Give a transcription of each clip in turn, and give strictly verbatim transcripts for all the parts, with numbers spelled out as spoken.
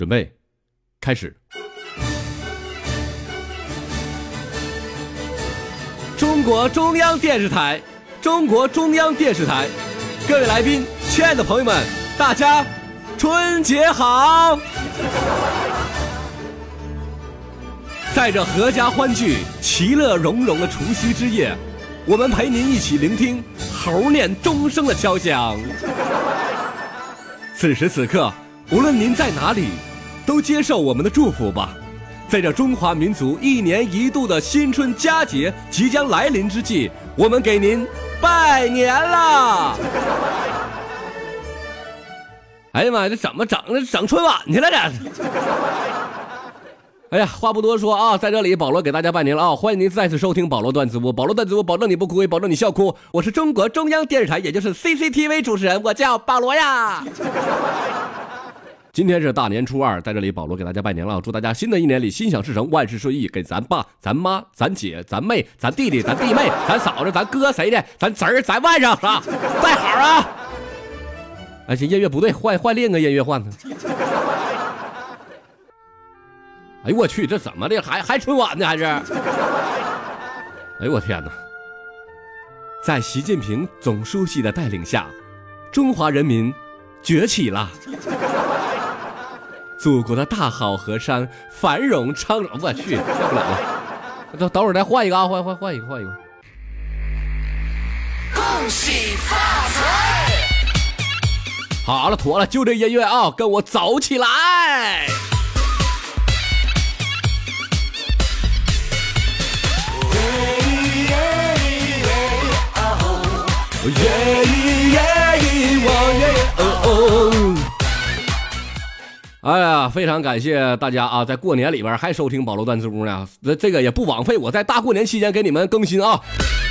准备开始。中国中央电视台，中国中央电视台，各位来宾，亲爱的朋友们，大家春节好！在这阖家欢聚、其乐融融的除夕之夜，我们陪您一起聆听猴年钟声的敲响。此时此刻，无论您在哪里，都接受我们的祝福吧。在这中华民族一年一度的新春佳节即将来临之际，我们给您拜年啦！哎呀妈呀，这怎么整的？整春晚去了这！哎呀，话不多说啊，在这里保罗给大家拜年了啊！欢迎您再次收听保罗段子屋，保罗段子屋保证你不哭，保证你笑哭。我是中国中央电视台，也就是 C C T V 主持人，我叫保罗呀。今天是大年初二，在这里保罗给大家拜年了，祝大家新的一年里心想事成，万事顺意，给咱爸、咱妈、咱姐、咱妹、咱弟弟、咱弟妹、咱嫂子、咱哥谁的、咱侄儿、咱外甥啊，带好啊！哎，这音乐不对，换换另一个音乐换的。哎呦我去，这怎么的？还还春晚呢？还是？哎呦我天哪！在习近平总书记的带领下，中华人民崛起了。祖国的大好河山，繁荣昌荣。我去，受不了了！等等会儿再换一个啊，换换换一个，换一个。恭喜发财！好了，妥了，就这音乐啊，跟我走起来！耶耶耶，我耶哦哦。哎呀，非常感谢大家啊，在过年里边还收听保罗段子屋呢，这这个也不枉费我在大过年期间给你们更新啊。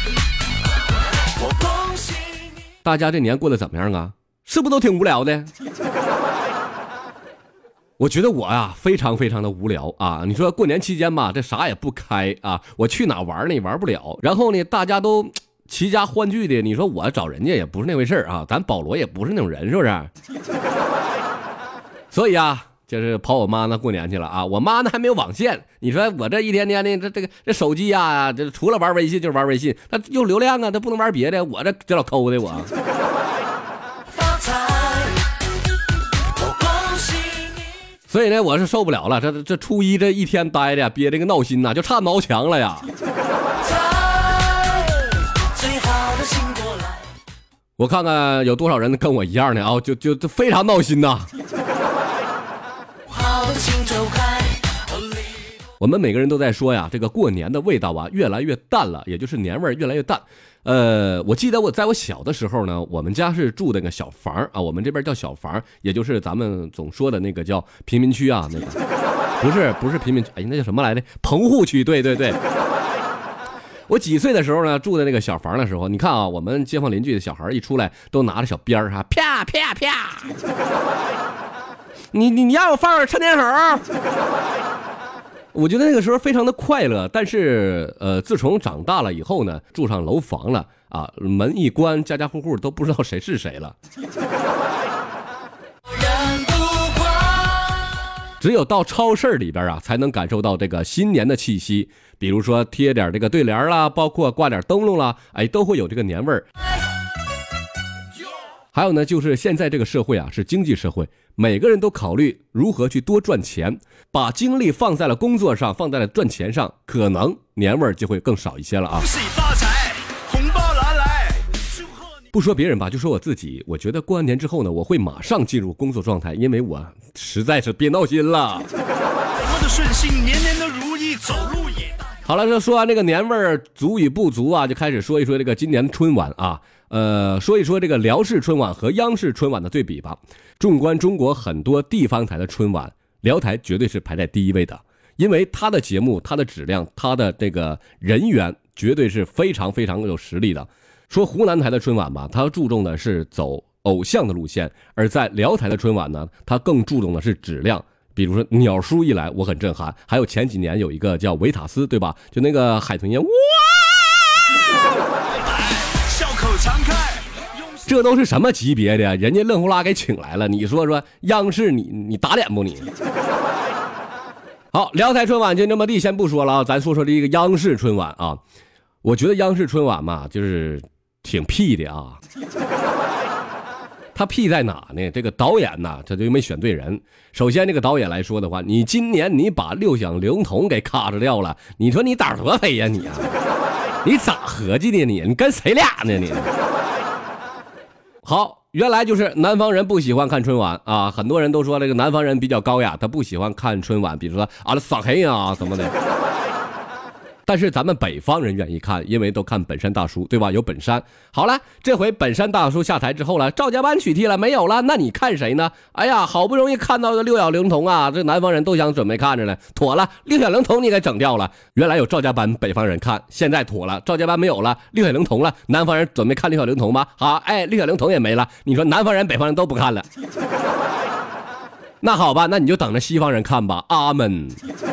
大家这年过得怎么样啊？是不是都挺无聊的？我觉得我啊非常非常的无聊啊！你说过年期间吧，这啥也不开啊，我去哪玩呢也玩不了。然后呢，大家都齐家欢聚的，你说我找人家也不是那回事啊，咱保罗也不是那种人，是不是？所以啊，就是跑我妈那过年去了啊！我妈那还没有网线，你说我这一天天的这这个这手机呀，这除了玩微信就是玩微信，它有流量啊，它不能玩别的，我这这老抠的我。所以呢，我是受不了了，这这初一这一天待的憋这个闹心呐、啊，就差挠墙了呀。我看看有多少人跟我一样的啊，就就就非常闹心呐。我们每个人都在说呀，这个过年的味道啊越来越淡了，也就是年味越来越淡。呃，我记得我在我小的时候呢，我们家是住那个小房啊，我们这边叫小房，也就是咱们总说的那个叫贫民区啊，那个不是不是贫民区，哎，那叫什么来着？棚户区，对对对。我几岁的时候呢，住在那个小房的时候，你看啊，我们街坊邻居的小孩一出来都拿着小鞭儿哈，啪啪啪。你你你让我放点趁天猴。我觉得那个时候非常的快乐，但是呃，自从长大了以后呢，住上楼房了啊，门一关，家家户户都不知道谁是谁了。只有到超市里边啊，才能感受到这个新年的气息。比如说贴点这个对联啦，包括挂点灯笼啦，哎，都会有这个年味儿。还有呢，就是现在这个社会啊，是经济社会，每个人都考虑如何去多赚钱，把精力放在了工作上，放在了赚钱上，可能年味儿就会更少一些了啊。恭喜发财，红包拿来。不说别人吧，就说我自己，我觉得过完年之后呢，我会马上进入工作状态，因为我实在是憋闹心了。我的顺心，年年都如意，走路也大。好了，这说完这个年味儿足与不足啊，就开始说一说这个今年的春晚啊。呃，说一说这个辽视春晚和央视春晚的对比吧。纵观中国很多地方台的春晚，辽台绝对是排在第一位的，因为它的节目、它的质量、它的这个人员绝对是非常非常有实力的。说湖南台的春晚吧，它注重的是走偶像的路线，而在辽台的春晚呢，它更注重的是质量。比如说鸟叔一来，我很震撼。还有前几年有一个叫维塔斯，对吧？就那个海豚音，哇！ 这都是什么级别的？人家愣呼啦给请来了，你说说央视你你打脸不你？好，辽台春晚就这么地，先不说了啊，咱说说这个央视春晚啊。我觉得央视春晚嘛，就是挺屁的啊。他屁在哪呢？这个导演呐，他就没选对人。首先，这个导演来说的话，你今年你把六小龄童给咔哧掉了，你说你胆多肥呀你啊？你咋合计的你？你跟谁俩呢你？好，原来就是南方人不喜欢看春晚啊，很多人都说这个南方人比较高雅，他不喜欢看春晚，比如说啊撒黑啊什么的。但是咱们北方人愿意看，因为都看本山大叔，对吧？有本山。好了，这回本山大叔下台之后了，赵家班取缔了，没有了，那你看谁呢？哎呀，好不容易看到的六小龄童啊，这南方人都想准备看着呢，妥了，六小龄童你给整掉了。原来有赵家班，北方人看，现在妥了，赵家班没有了，六小龄童了，南方人准备看六小龄童吗？好，哎，六小龄童也没了，你说南方人北方人都不看了。那好吧，那你就等着西方人看吧，阿门。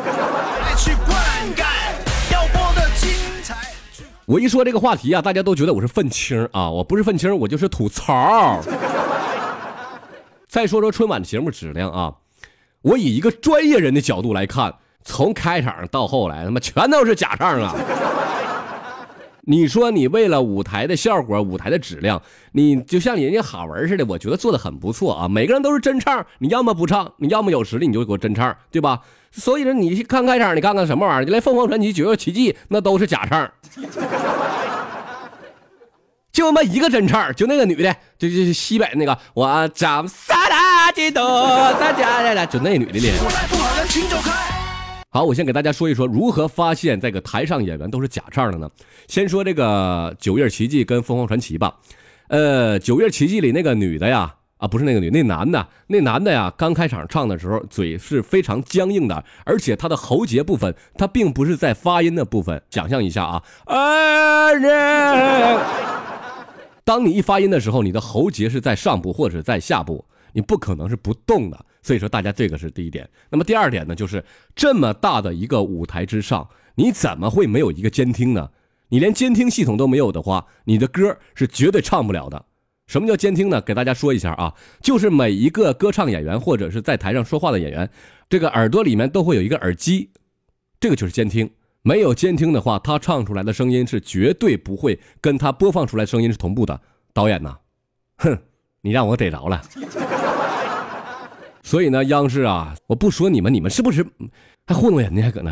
我一说这个话题啊，大家都觉得我是愤青啊，我不是愤青，我就是吐槽。再说说春晚的节目质量啊，我以一个专业人的角度来看，从开场到后来他妈全都是假唱啊。你说你为了舞台的效果，舞台的质量，你就像人家哈文似的，我觉得做的很不错啊。每个人都是真唱，你要么不唱，你要么有实力你就给我真唱，对吧？所以说你看开场，你看看什么玩意儿？你连凤凰传奇、九月奇迹那都是假唱，就他妈一个真唱，就那个女的，就就西北那个，我长萨拉基多大家来，就那女的脸。好，我先给大家说一说如何发现这个台上演员都是假唱的呢？先说这个九月奇迹跟凤凰传奇吧。呃，九月奇迹里那个女的呀，啊不是那个女，那男的，那男的呀，刚开场唱的时候嘴是非常僵硬的，而且他的喉结部分，他并不是在发音的部分。想象一下啊，啊人，当你一发音的时候，你的喉结是在上部或者在下部，你不可能是不动的。所以说大家这个是第一点。那么第二点呢，就是这么大的一个舞台之上，你怎么会没有一个监听呢？你连监听系统都没有的话，你的歌是绝对唱不了的。什么叫监听呢？给大家说一下啊，就是每一个歌唱演员或者是在台上说话的演员，这个耳朵里面都会有一个耳机，这个就是监听。没有监听的话，他唱出来的声音是绝对不会跟他播放出来的声音是同步的。导演呐，哼，你让我逮着了。所以呢，央视啊，我不说你们，你们是不是还糊弄人呢？还搁那？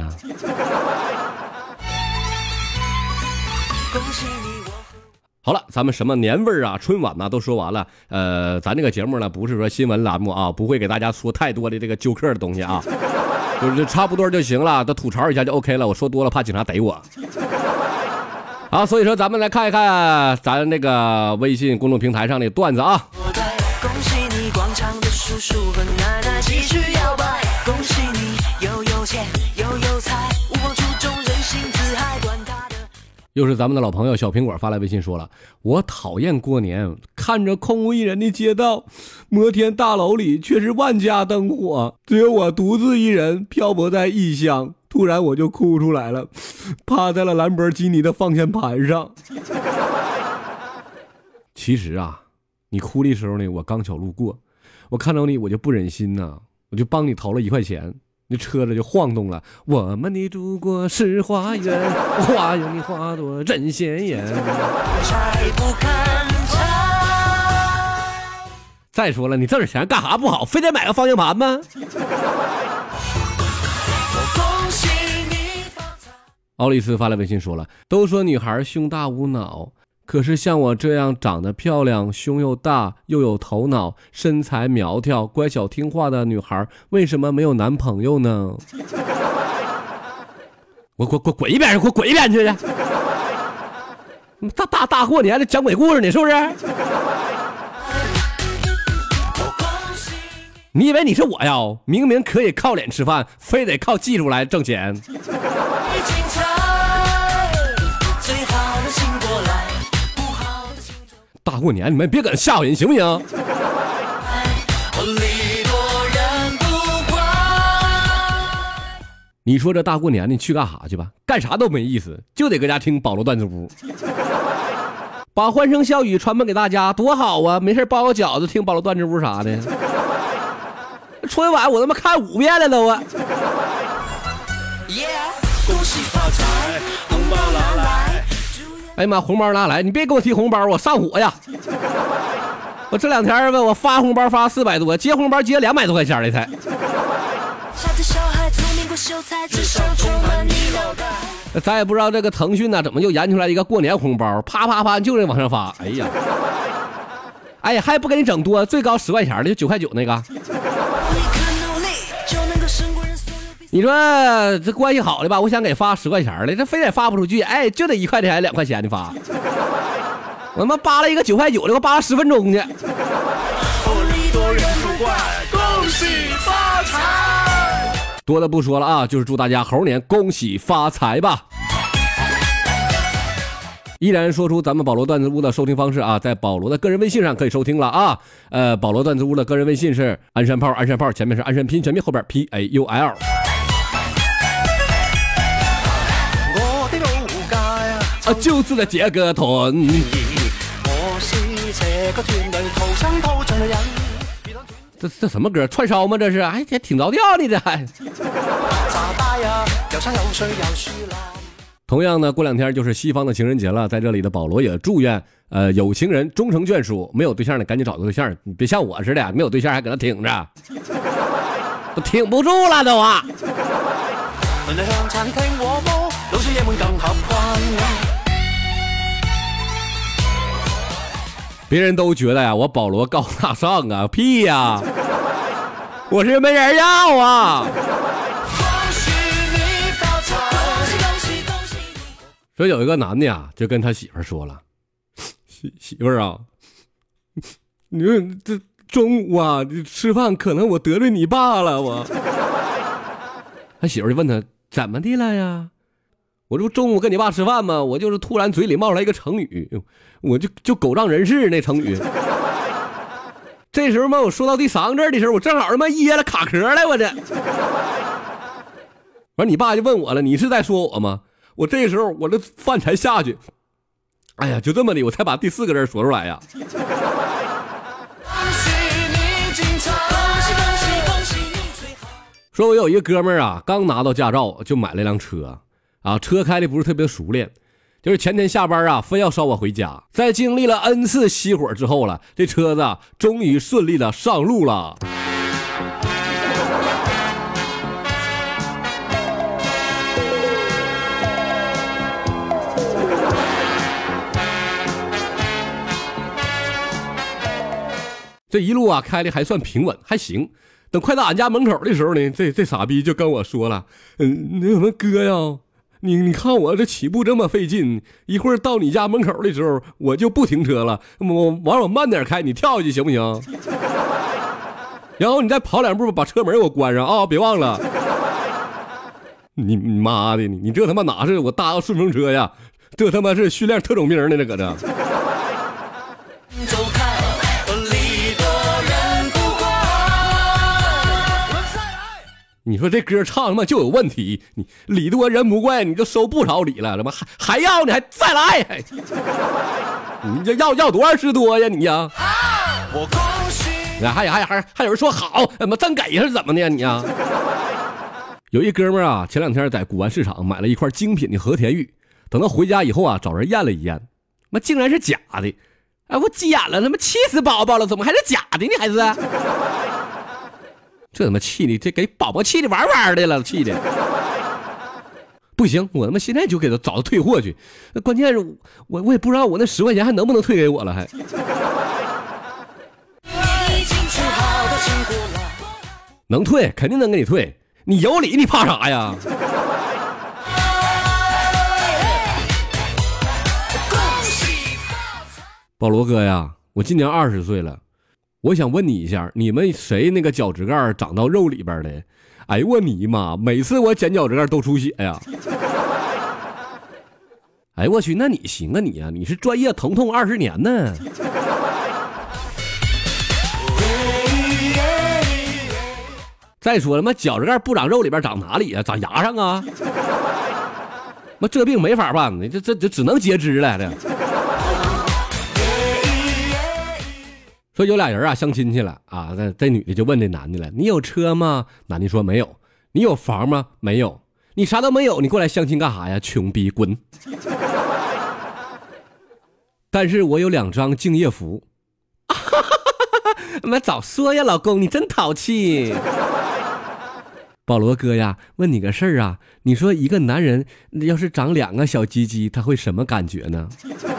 好了，咱们什么年味啊、春晚呐、啊、都说完了。呃，咱这个节目呢，不是说新闻栏目啊，不会给大家说太多的这个揪客的东西啊，就是差不多就行了，都吐槽一下就 OK 了。我说多了怕警察逮我。好，所以说咱们来看一看咱那个微信公众平台上的段子啊。恭喜你，广场的叔叔和奶奶继续摇摆。恭喜你，又有钱又有才，无风出众，人心自嗨，管他的。又是咱们的老朋友小苹果发来微信说了，我讨厌过年，看着空无一人的街道，摩天大楼里却是万家灯火，只有我独自一人漂泊在异乡。突然我就哭出来了，趴在了兰博基尼的方向盘上。其实啊，你哭的时候呢，我刚巧路过，我看到你我就不忍心呐、啊，我就帮你投了一块钱，那车子就晃动了。我们的祖国是花园，花园的花朵真鲜艳。再说了，你挣点钱干啥不好，非得买个方向盘吗？奥利斯发来微信说了，都说女孩胸大无脑，可是像我这样长得漂亮，胸又大又有头脑，身材苗条乖巧听话的女孩为什么没有男朋友呢？我滚滚滚一边去，滚滚一边去去！大大大过年的讲鬼故事，你是不是？你以为你是我呀？明明可以靠脸吃饭，非得靠技术来挣钱。大过年你们别搁那吓唬人行不行？你说这大过年的去干啥去吧？干啥都没意思，就得搁家听保罗段子屋。 把欢声笑语传播给大家，多好啊！没事包个饺子，听保罗段子屋啥的。春晚我他妈看五遍了都啊！ 恭喜发财，红包拿来！ 哎呀妈，红包拿来！你别给我提红包，我上火呀！我这两天吧，我发红包发四百多，接红包接两百多块钱的才。咱也不知道这个腾讯呢、啊、怎么就研出来一个过年红包，啪啪啪就这往上发。哎呀，哎呀，还不给你整多，最高十块钱的，就九块九那个。你说这关系好的吧，我想给发十块钱的，这非得发不出去，哎，就得一块钱两块钱的发。我他妈扒了一个九块九的，我扒了十分钟去。 恭喜发财！ 多的不说了啊，就是祝大家猴年恭喜发财吧。依然说出咱们保罗段子屋的收听方式啊，在保罗的个人微信上可以收听了啊。呃，保罗段子屋的个人微信是鞍山炮，鞍山炮前面是鞍山拼全拼，后边 P A U L。 我的老家啊，就是的這個團。 我是這個團隊土生土長的人。 這這什麼歌？串燒嗎？這是？哎，這挺着調你這還。同樣呢，過兩天就是西方的情人節了，在這裡的保羅也祝願呃有情人終成眷屬，沒有對象的趕緊找個對象，你別像我似的，沒有對象還搁那挺着，都挺不住了都啊。別人都覺得呀，我保羅高大上啊，屁呀、啊，我是沒人要啊。說有一個男的呀，就跟他媳婦說了，媳媳婦啊，你說這中午啊吃飯可能我得罪你爸了我。他媳婦就問他怎麼的了呀？我這中午跟你爸吃飯嘛，我就是突然嘴裡冒出來一個成語，我就就狗仗人勢那成語。這時候嘛，我說到第三個字的時候，我正好他媽噎了卡殼了，我這。完你爸就問我了，你是在說我嗎？我這時候我這飯才下去，哎呀，就這麼的，我才把第四個字說出來呀。說我有一個哥們兒啊，剛拿到駕照就買了輛車啊，車開的不是特別熟練，就是前天下班啊，非要捎我回家。在經歷了 N 次熄火之後了，這車子啊，終於順利的上路了。這一路啊開的還算平穩，還行。等快到俺家門口的時候呢，這這傻逼就跟我說了，嗯，那什麼哥呀，你你看我這起步這麼費勁，一會兒到你家門口的時候，我就不停車了，我往我慢點開，你跳下去行不行？然後你再跑兩步，把車門給我關上啊，別忘了。你你媽的，你你這他媽哪是我搭個順風車呀？這他媽是訓練特種兵呢，這搁這。你說這歌唱他媽就有問題，你禮多人不怪，你就收不少禮了，怎麼還還要你還再來？還你這要要多少是多呀你呀？我恭喜！還還還還有人說好，怎麼真給是怎麼的你呀？有一哥們啊，前兩天在古玩市場買了一塊精品的和田玉，等到回家以後啊，找人驗了一驗，媽竟然是假的！哎，我急眼了，他媽氣死寶寶了，怎麼還是假的呢？還是？這他媽氣的，這給寶寶氣的玩玩的了，氣的不行，我他媽現在就給他找他退貨去。關鍵是我我也不知道我那十塊錢還能不能退給我了，還能退，肯定能給你退。你有理，你怕啥呀？保羅哥呀，我今年二十歲了。我想問你一下，你們誰那個腳趾蓋長到肉裡邊的？哎呦我你媽，每次我剪腳趾蓋都出血呀！哎我去，那你行啊你啊，你是專業疼痛二十年呢。再說了嘛，腳趾蓋不長肉裡邊長哪裡啊？長牙上啊？那這病沒法辦，這這這只能截肢了這。 说有俩人啊相亲去了啊，这这女的就问这男的了，你有车吗？男的说没有。你有房吗？没有。你啥都没有，你过来相亲干啥呀？穷逼滚。但是我有两张敬业福。妈早说呀，老公你真淘气。保罗哥呀，问你个事儿啊，你说一个男人要是长两个小鸡鸡，他会什么感觉呢？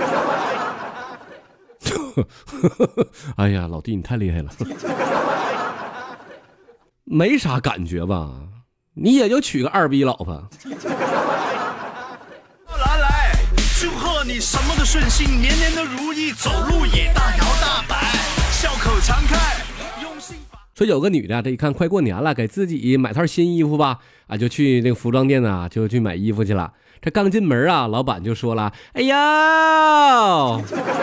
哎呀，老弟你太厉害了。没啥感觉吧，你也就娶个二逼老婆。 来来，祝贺你什么都顺心，年年都如意，走路也大摇大摆，笑口常开，用心。 说有个女的，这一看快过年了，给自己买套新衣服吧，啊，就去那个服装店啊，就去买衣服去了。这刚进门啊，老板就说了：“哎呀，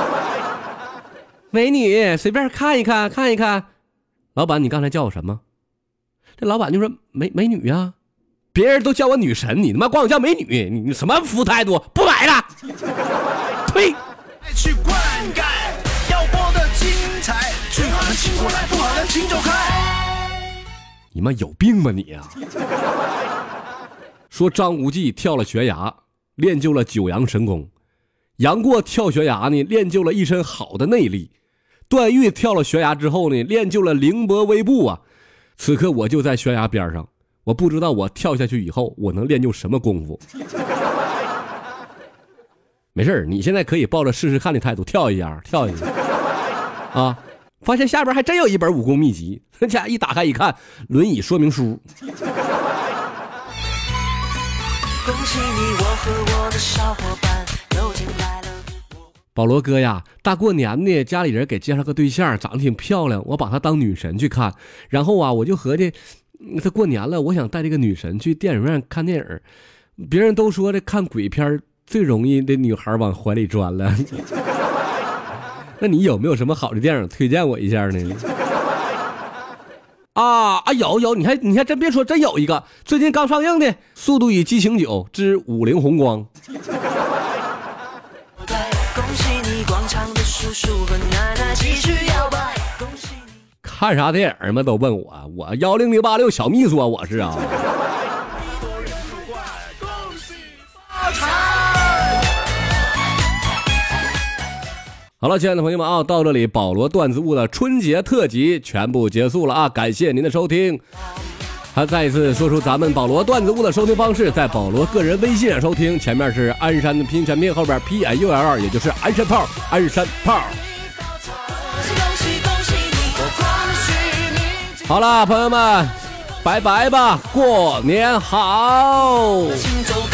美女，随便看一看，看一看。”老板，你刚才叫我什么？这老板就说：“美美女啊，别人都叫我女神，你他妈管我叫美女，你什么服务态度？不买了，呸！” 去灌溉，要播的精彩，最好的请过来，不好的请走开。 你妈有病吧你呀、啊！说张无忌跳了悬崖，练就了九阳神功；杨过跳悬崖呢，练就了一身好的内力；段誉跳了悬崖之后呢，练就了凌波微步啊。此刻我就在悬崖边上，我不知道我跳下去以后我能练就什么功夫。没事，你现在可以抱着试试看的态度跳一下，跳一下啊！发现下边还真有一本武功秘籍，这家一打开一看，轮椅说明书。 恭喜你，我和我的小伙伴又进来了。 保罗哥呀，大过年的，家里人给介绍个对象，长得挺漂亮，我把她当女神去看。然后啊，我就合计，这过年了，我想带这个女神去电影院看电影。别人都说这看鬼片最容易的女孩往怀里钻了。那你有没有什么好的电影推荐我一下呢？啊啊有有，你还你还真别说，真有一个最近刚上映的《速度与激情九之五菱宏光》。 恭喜你，广场的叔叔和奶奶继续摇摆。恭喜你， 看啥电影嘛都问我，我幺零零八六小秘书啊，我是啊。 恭喜发财。 好了，亲爱的朋友们啊，到这里保罗段子屋的春节特辑全部结束了啊！感谢您的收听。还再一次说出咱们保罗段子屋的收听方式，在保罗个人微信上收听，前面是鞍山的拼音全拼，后边 P N U L R， 也就是鞍山炮，鞍山炮。好了，朋友们，拜拜吧，过年好。